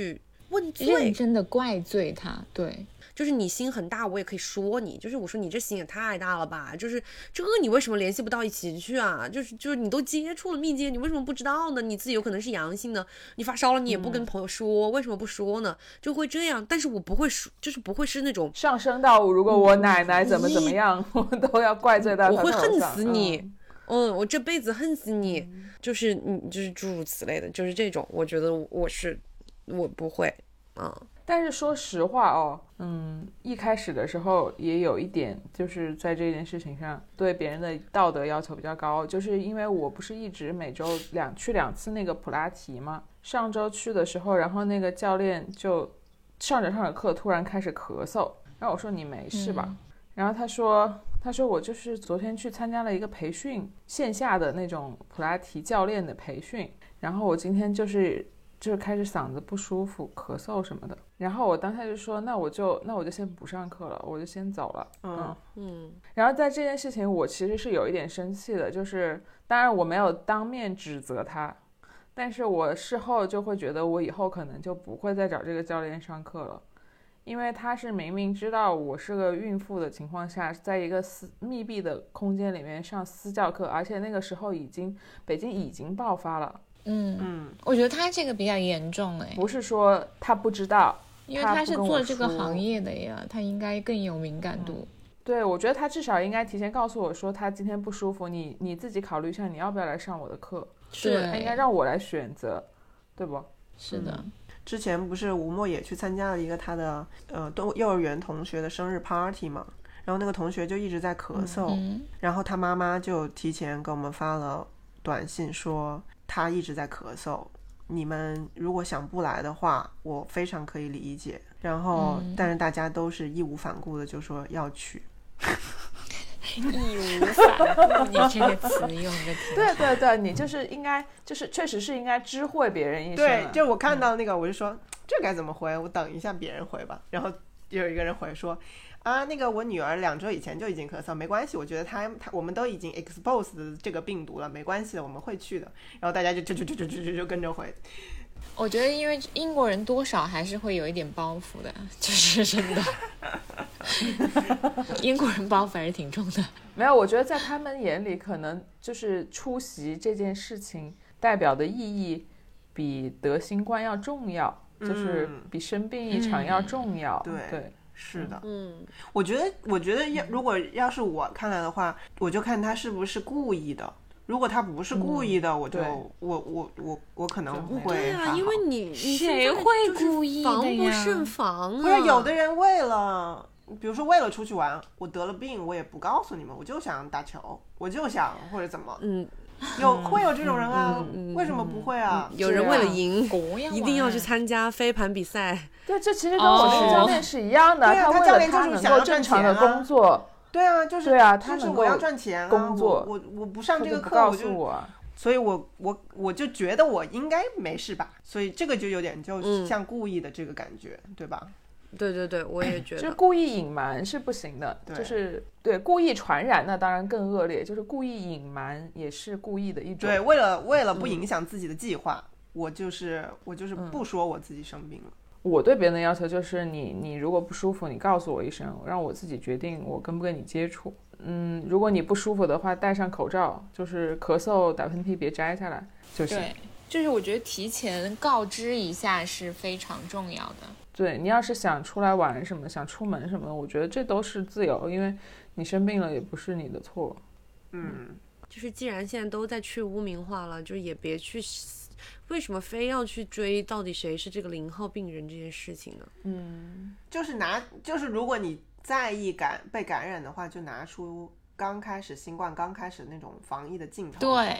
问罪， 认真的怪罪他。对， 就是你心很大，我也可以说你，就是我说你这心也太大了吧，就是这个你为什么联系不到一起去啊？就是你都接触了密接，你为什么不知道呢？你自己有可能是阳性的，你发烧了你也不跟朋友说，为什么不说呢？就会这样，但是我不会说，就是不会是那种上升到如果我奶奶怎么样，我都要怪罪到她头上， 我会恨死你。我这辈子恨死你，就是就是诸如此类的，就是这种，我觉得我不会， 但是说实话哦，一开始的时候也有一点，就是在这件事情上对别人的道德要求比较高，就是因为我不是一直每周去2次那个普拉提嘛，上周去的时候，然后那个教练就上着课突然开始咳嗽，然后我说你没事吧？然后他说我就是昨天去参加了一个培训，线下的那种普拉提教练的培训，然后我今天就是开始嗓子不舒服，咳嗽什么的，然后我当下就说那我就先不上课了，我就先走了。然后在这件事情我其实是有一点生气的，就是当然我没有当面指责他，但是我事后就会觉得我以后可能就不会再找这个教练上课了，因为他是明明知道我是个孕妇的情况下，在一个密闭的空间里面上私教课，而且那个时候北京已经爆发了。 我觉得他这个比较严重不是说他不知道， 因为他是做这个行业的呀，他应该更有敏感度。 对，我觉得他至少应该提前告诉我说他今天不舒服，你自己考虑一下你要不要来上我的课， 是他应该让我来选择，对不？ 是的。 之前不是吴墨也去参加了一个他的幼儿园同学的生日 party 嘛，然后那个同学就一直在咳嗽，然后他妈妈就提前给我们发了短信说他一直在咳嗽，你们如果想不来的话我非常可以理解，然后但是大家都是义无反顾的就说要去。 义无反顾，你这个词用的挺对，你就是应该，就是确实是应该知会别人一声。 对，就我看到那个我就说这该怎么回，我等一下别人回吧，然后有一个人回说那个我女儿2周以前就已经咳嗽，没关系，我觉得我们都已经 exposed 这个病毒了，没关系的，我们会去的，然后大家就跟着回。 我觉得因为英国人多少还是会有一点包袱的，就是真的英国人包袱还是挺重的。 没有，我觉得在他们眼里可能就是出席这件事情代表的意义比得新冠要重要，就是比生病一场要重要。对， 是的。我觉得如果要是我看来的话，我就看他是不是故意的，如果他不是故意的，我就我可能会。 对啊，因为你谁会故意的呀？ 防不胜防啊。 不是有的人为了，比如说为了出去玩，我得了病，我也不告诉你们，我就想打球，我就想或者怎么，会有这种人啊，为什么不会啊？ 有人为了赢， 一定要去参加飞盘比赛。 对，这其实跟我那个教练是一样的，他为了他能够正常的工作。 对啊，就是他就是我要赚钱啊， 工作， 我不上这个课， 告诉我， 所以我就觉得我应该没事吧，所以这个就有点就像故意的这个感觉，对吧？ 对，我也觉得， 就是故意隐瞒是不行的，就是对故意传染那当然更恶劣，就是故意隐瞒也是故意的一种。 对，为了不影响自己的计划，我就是不说我自己生病了。 我对别人的要求就是你如果不舒服，你告诉我一声，让我自己决定我跟不跟你接触。如果你不舒服的话，戴上口罩，就是咳嗽打喷嚏别摘下来就行。 对，就是我觉得提前告知一下是非常重要的。 对，你要是想出来玩什么，想出门什么，我觉得这都是自由，因为你生病了也不是你的错。 就是既然现在都在去污名化了，就也别去，为什么非要去追到底谁是这个0号病人这件事情呢？ 就是如果你在意被感染的话，就拿出新冠刚开始那种防疫的镜头。 对，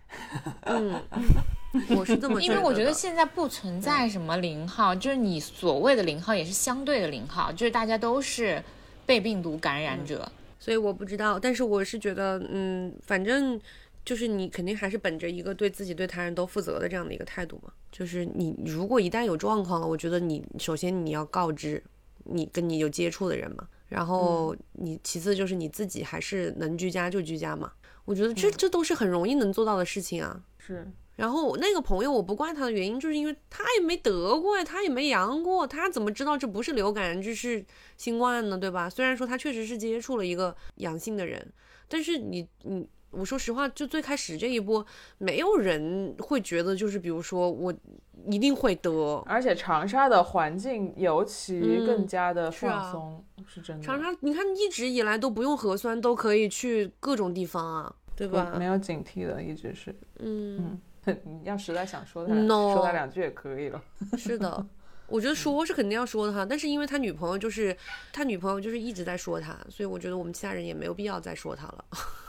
我是这么觉得的， 因为我觉得现在不存在什么0号，就是你所谓的0号也是相对的0号，就是大家都是被病毒感染者。 所以我不知道，但是我是觉得反正就是你肯定还是本着一个对自己对他人都负责的这样的一个态度嘛，就是你如果一旦有状况了，我觉得你首先你要告知你跟你有接触的人嘛，然后你其次就是你自己还是能居家就居家嘛，我觉得这都是很容易能做到的事情啊。 是， 然后那个朋友我不怪他的原因，就是因为他也没得过呀，他也没阳过，他怎么知道这不是流感，这是新冠呢，对吧？虽然说他确实是接触了一个阳性的人，但是我说实话，就最开始这一波，没有人会觉得就是比如说我一定会得， 而且长沙的环境尤其更加的放松，是真的。 长沙你看一直以来都不用核酸都可以去各种地方啊，对吧？ 没有警惕的，一直是。你要实在想说他说他两句也可以了。 是的，我觉得说是肯定要说的哈，但是因为他女朋友就是一直在说他，所以我觉得我们其他人也没有必要再说他了。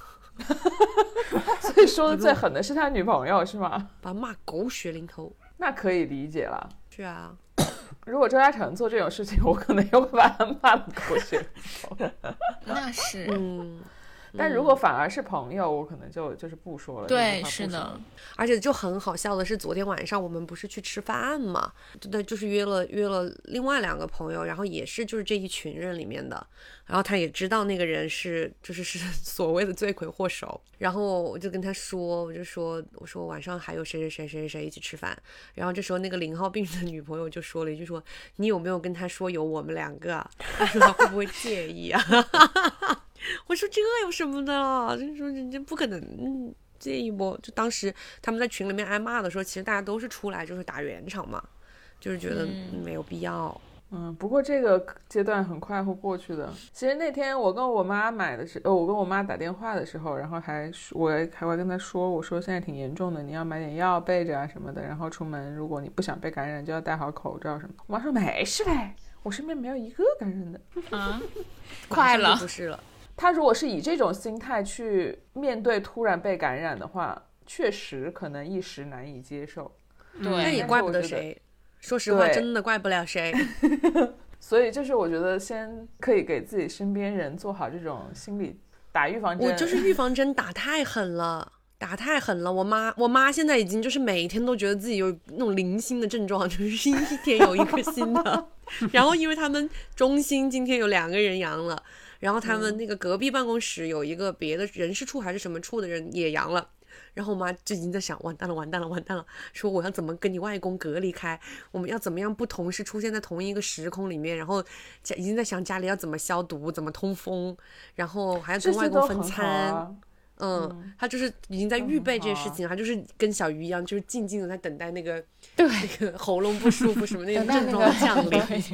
所以说的最狠的是他女朋友是吗？ 把他骂狗血淋头。 那可以理解了。 是啊， 如果周嘉诚做这种事情，我可能也会把他骂的狗血淋头。 那是， 但如果反而是朋友，我可能就是不说了。 对，是的。 而且就很好笑的是，昨天晚上我们不是去吃饭嘛？对，就是约了另外2个朋友，然后也是就是这一群人里面的，然后他也知道那个人是所谓的罪魁祸首，然后我就跟他说，我说晚上还有谁一起吃饭，然后这时候那个0号病人的女朋友就说了一句说，你有没有跟他说有我们2个啊？他说他会不会介意啊？我说这有什么的，就是说人家不可能介意不？就当时他们在群里面挨骂的时候，其实大家都是出来就是打圆场嘛，就是觉得没有必要。 不过这个阶段很快会过去的。其实那天我跟我妈我跟我妈打电话的时候，然后我还会跟她说，我说现在挺严重的，你要买点药备着啊什么的，然后出门如果你不想被感染，就要戴好口罩什么的。我妈说没事嘞，我身边没有一个感染的。 快了， 不是了。 他如果是以这种心态去面对突然被感染的话，确实可能一时难以接受。 对， 那也怪不得谁。说实话，真的怪不了谁。 所以就是我觉得先可以给自己身边人做好这种心理打预防针。 我就是预防针打太狠了。我妈现在已经就是每天都觉得自己有那种零星的症状，就是一天有一个新的。然后因为他们中心今天有2个人阳了，然后他们那个隔壁办公室有一个别的人事处还是什么处的人也阳了，然后我妈就已经在想完蛋了，说我要怎么跟你外公隔离开，我们要怎么样不同时出现在同一个时空里面，然后已经在想家里要怎么消毒怎么通风，然后还要跟外公分餐。他就是已经在预备这些事情，他就是跟小鱼一样，就是静静的在等待那个喉咙不舒服什么那个症状的降临。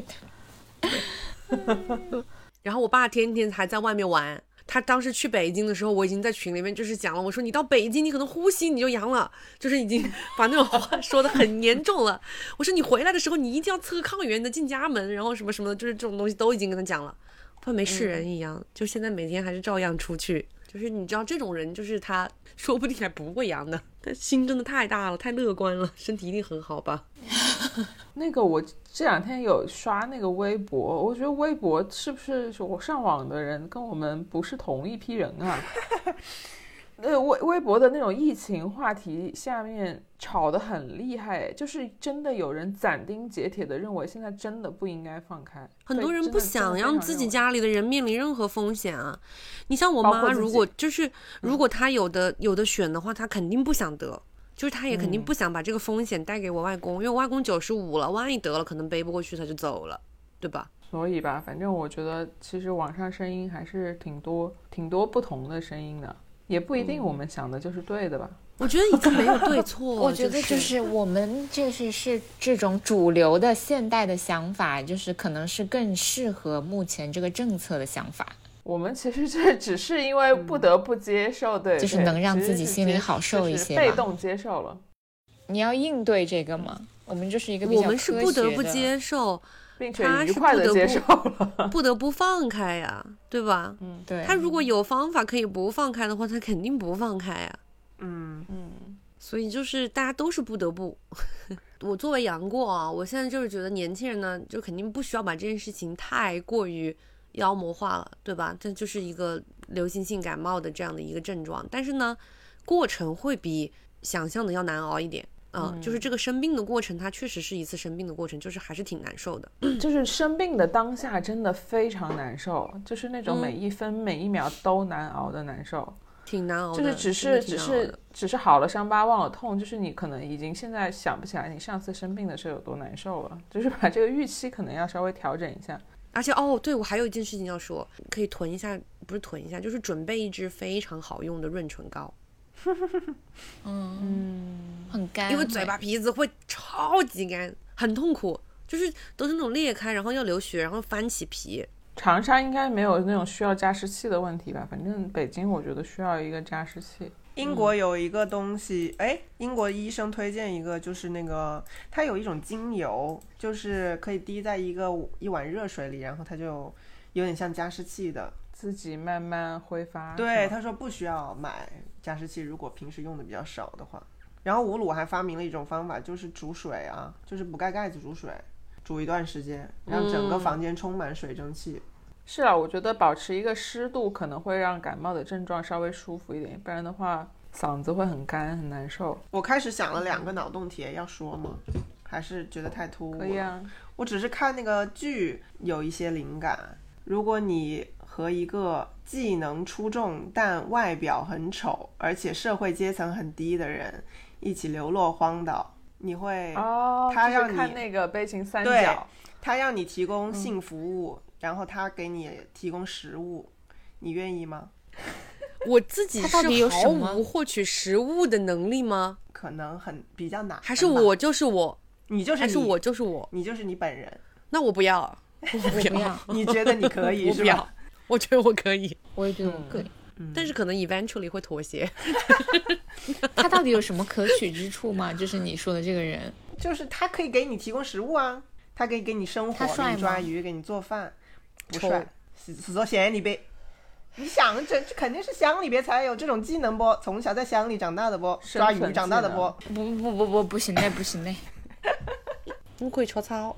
然后我爸天天还在外面玩，他当时去北京的时候，我已经在群里面就是讲了，我说你到北京你可能呼吸你就阳了，就是已经把那种话说得很严重了。我说你回来的时候你一定要测抗原的进家门，然后什么什么的，就是这种东西都已经跟他讲了，他没事人一样，就现在每天还是照样出去。就是你知道这种人，就是他说不定还不会阳的，他心真的太大了，太乐观了，身体一定很好吧。 那个我这2天有刷那个微博，我觉得微博是不是我上网的人跟我们不是同一批人啊？微博的那种疫情话题下面吵得很厉害，就是真的有人斩钉截铁的认为现在真的不应该放开， 很多人不想让自己家里的人面临任何风险啊。你像我妈，如果她有的选的话，她肯定不想得，就是她也肯定不想把这个风险带给我外公，因为我外公95了，万一得了可能背不过去他就走了，对吧？ 所以吧，反正我觉得其实网上声音还是挺多不同的声音的，也不一定我们想的就是对的吧。 我觉得已经没有对错。 我觉得就是我们是这种主流的现代的想法，就是可能是更适合目前这个政策的想法。 我们其实这只是因为不得不接受，对， 就是能让自己心里好受一些吧， 被动接受了。 你要应对这个吗？我们就是一个比较科学的， 我们是不得不接受， 并且愉快的接受了， 不得不放开呀，对吧？ 对。 他如果有方法可以不放开的话，他肯定不放开呀。所以就是大家都是不得不。我作为杨过啊，我现在就是觉得年轻人呢，就肯定不需要把这件事情太过于妖魔化了，对吧？这就是一个流行性感冒的这样的一个症状，但是呢，过程会比想象的要难熬一点。就是这个生病的过程，它确实是一次生病的过程，就是还是挺难受的。 就是生病的当下真的非常难受，就是那种每一分每一秒都难熬的难受。 挺难熬的， 就是只是好了伤疤忘了痛，就是你可能已经现在想不起来你上次生病的时候有多难受了，就是把这个预期可能要稍微调整一下。 而且对，我还有一件事情要说，可以囤一下，不是囤一下，就是准备一支非常好用的润唇膏。 很干， 因为嘴巴皮子会超级干，很痛苦，就是都是那种裂开，然后要流血，然后翻起皮。 长沙应该没有那种需要加湿器的问题吧？反正北京我觉得需要一个加湿器。 英国有一个东西，英国医生推荐一个，就是那个它有一种精油，就是可以滴在一碗热水里，然后它就有点像加湿器的， 自己慢慢挥发。 对，他说不需要买加湿器，如果平时用的比较少的话。然后吴鲁还发明了一种方法，就是煮水啊，就是不盖盖子煮水，煮一段时间，让整个房间充满水蒸气。 是啊，我觉得保持一个湿度可能会让感冒的症状稍微舒服一点，不然的话嗓子会很干很难受。 我开始想了2个脑洞题，要说吗？还是觉得太突兀了？ 可以啊， 我只是看那个剧有一些灵感。如果你和一个技能出众但外表很丑而且社会阶层很低的人一起流落荒岛，你会他让你看那个悲情三角， 对，他让你提供性服务，然后他给你提供食物，你愿意吗？ 我自己是毫无获取食物的能力吗？ 可能比较难。 还是我就是我， 你就是你， 还是我就是我， 你就是你本人。 那我不要，我不要。 你觉得你可以？ 我不要，我觉得我可以。 我也觉得我可以。 但是可能 eventually 会妥协。 他到底有什么可取之处吗？就是你说的这个人， 就是他可以给你提供食物啊，他可以给你生活， 他帅吗？ 给你抓鱼，给你做饭。不帅，是说县里边，你想这肯定是乡里边才有这种技能不？从小在乡里长大的不？抓鱼长大的不？ 不行嘞，不行嘞。 我可以吃草。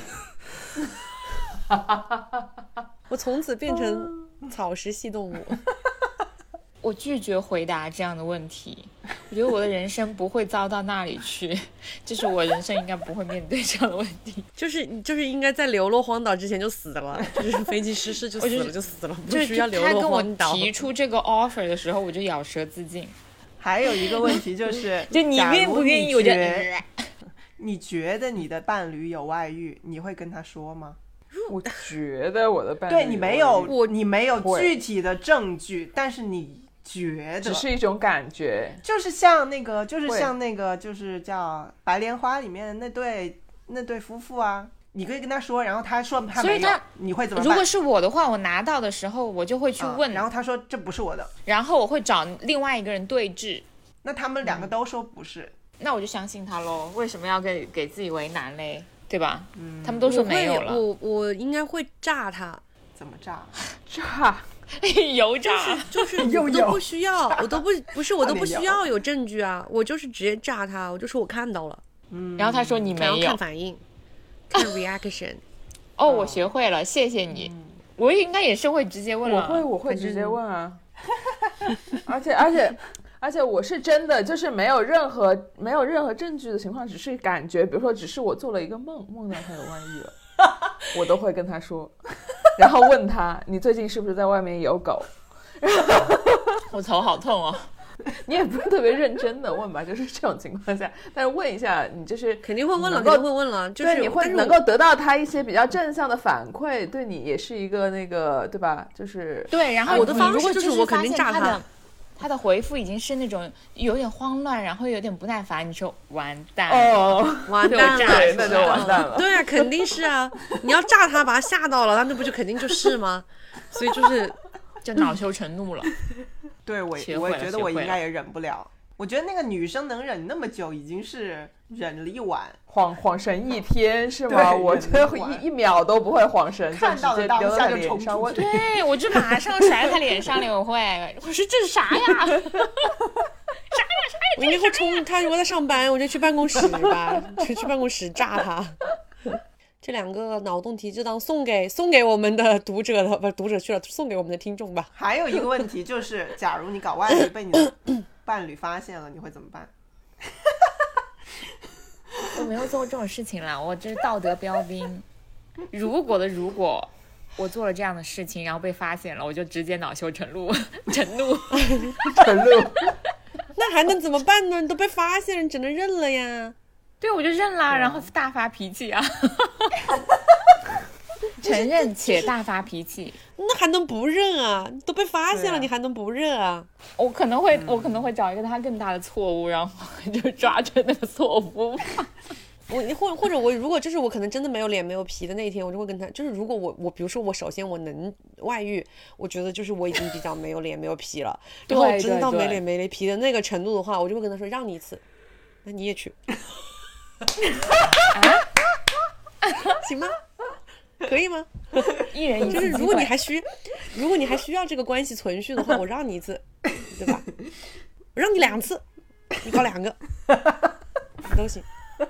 我从此变成草食系动物。 我拒绝回答这样的问题，我觉得我的人生不会糟到那里去，就是我人生应该不会面对这样的问题， 就是应该在流落荒岛之前就死了，就是飞机失事就死了就死了，不需要流落荒岛。 他跟我提出这个 offer 的时候，我就咬舌自尽。 还有一个问题就是， 就你愿不愿意？我觉得，你觉得你的伴侣有外遇，你会跟他说吗？ 我觉得我的伴侣对你没有具体的证据，但是你觉得只是一种感觉， 就是像那个就是叫《白莲花》里面那对夫妇啊，你可以跟他说，然后他说他没有，你会怎么办？ 如果是我的话，我拿到的时候我就会去问， 然后他说这不是我的， 然后我会找另外一个人对峙， 那他们2个都说不是， 那我就相信他咯，为什么要给自己为难嘞？对吧？他们都说没有了。 我应该会炸他。 怎么炸？ 油炸， 就是我都不需要，我都不需要有证据啊，我就是直接炸他，我就说我看到了。 然后他说你没有， 看反应，看 reaction。 我学会了，谢谢你。我应该也是会直接问了。 我会直接问啊。而且我是真的就是没有任何证据的情况，只是感觉，比如说只是我做了一个梦到他有外遇了，我都会跟他说，然后问他你最近是不是在外面有狗。 我头好痛哦。 你也不是特别认真的问吧，就是这种情况下，但是问一下你就是肯定会问了，肯定会问了，就是对你会能够得到他一些比较正向的反馈，对你也是一个那个对吧？就是对，然后我的方式就是我肯定炸他的回复已经是那种有点慌乱，然后有点不耐烦，你说完蛋完蛋了， 那就完蛋了。 对啊，肯定是啊，你要炸他把他吓到了，那不就肯定就是吗？所以就恼羞成怒了。 对，我觉得我应该也忍不了。我觉得那个女生能忍那么久，已经是忍了一晚， 晃神一天是吗？我觉得一秒都不会晃神， 看到了当下就冲出去。 对，我就马上甩他脸上了，我说这是啥呀？啥呀？ 我应该会冲他，如果在上班，我就去办公室吧，去办公室炸他。这2个脑洞题就当送给我们的读者的，不是读者去了，送给我们的听众吧。 还有一个问题就是，假如你搞外遇被你的伴侣发现了，你会怎么办？ 我没有做过这种事情啦，我这是道德标兵。如果我做了这样的事情，然后被发现了，我就直接恼羞成怒，成怒。 那还能怎么办呢？你都被发现了，你只能认了呀。 对，我就认了，然后大发脾气啊。承认且大发脾气， 那还能不认啊？都被发现了，你还能不认啊？ 我可能会找一个他更大的错误，然后就抓住那个错误。 或者我如果就是我可能真的没有脸没有皮的那一天，我就会跟他，就是如果我比如说我首先我能外遇，我觉得就是我已经比较没有脸没有皮了，然后我真到没脸没皮的那个程度的话，我就会跟他说让你一次，那你也去。行吗？可以吗？ 一人一次， 就是如果你还需要这个关系存续的话，我让你一次，对吧？我让你2次，你搞2个都行。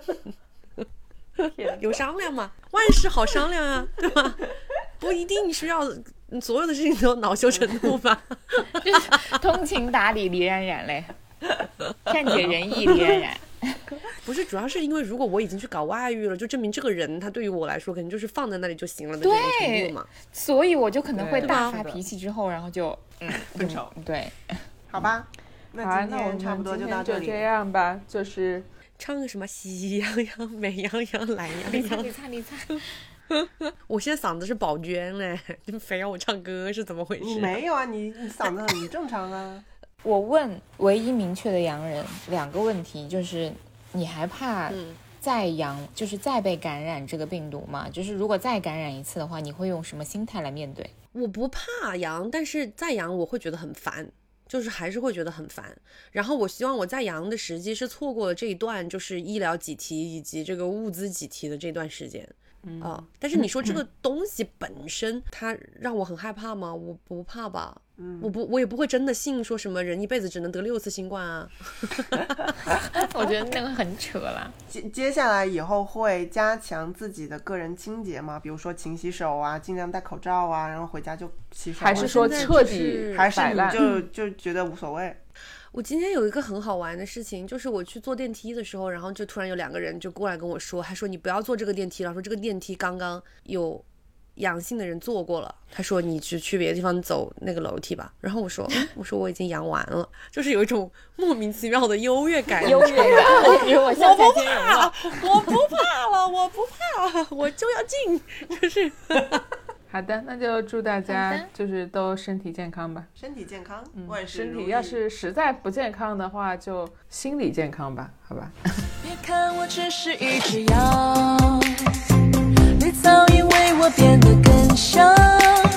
有商量嘛，万事好商量啊，对吧？不一定需要所有的事情都恼羞成怒吧。 就是通情达理，李冉冉嘞，善解人意，李冉冉。 不是，主要是因为如果我已经去搞外遇了，就证明这个人他对于我来说，可能就是放在那里就行了的这种程度嘛。 所以我就可能会大发脾气之后，然后就分手。 对， 好吧，那今天差不多就到这里。 就这样吧，就是唱个什么喜羊羊、美羊羊、懒羊羊。 你猜。 我现在嗓子是宝娟嘞，你们非要我唱歌是怎么回事？ 你没有啊，你嗓子很正常啊。 我问唯一明确的洋人2个问题，就是你还怕再阳，就是再被感染这个病毒吗？就是如果再感染一次的话，你会用什么心态来面对？ 我不怕阳，但是再阳我会觉得很烦，就是还是会觉得很烦。然后我希望我在阳的时机是错过了这一段就是医疗挤提以及这个物资挤提的这段时间。但是你说这个东西本身它让我很害怕吗？我不怕吧。我也不会真的信说什么人一辈子只能得6次新冠啊。 我觉得那个很扯啦。 接下来以后会加强自己的个人清洁吗？比如说勤洗手啊，尽量戴口罩啊，然后回家就洗手。 还是说彻底还是你就觉得无所谓？ 我今天有一个很好玩的事情，就是我去坐电梯的时候，然后就突然有2个人就过来跟我说，他说你不要坐这个电梯了，说这个电梯刚刚有阳性的人坐过了，他说你去别的地方走那个楼梯吧。然后我说我已经阳完了，就是有一种莫名其妙的优越感。 优越感，因为我现在我不怕了，我就要进，就是好的，那就祝大家就是都身体健康吧。 身体健康，万事身体要是实在不健康的话，就心理健康吧，好吧。 别看我只是一只羊，你早已为我变得更香。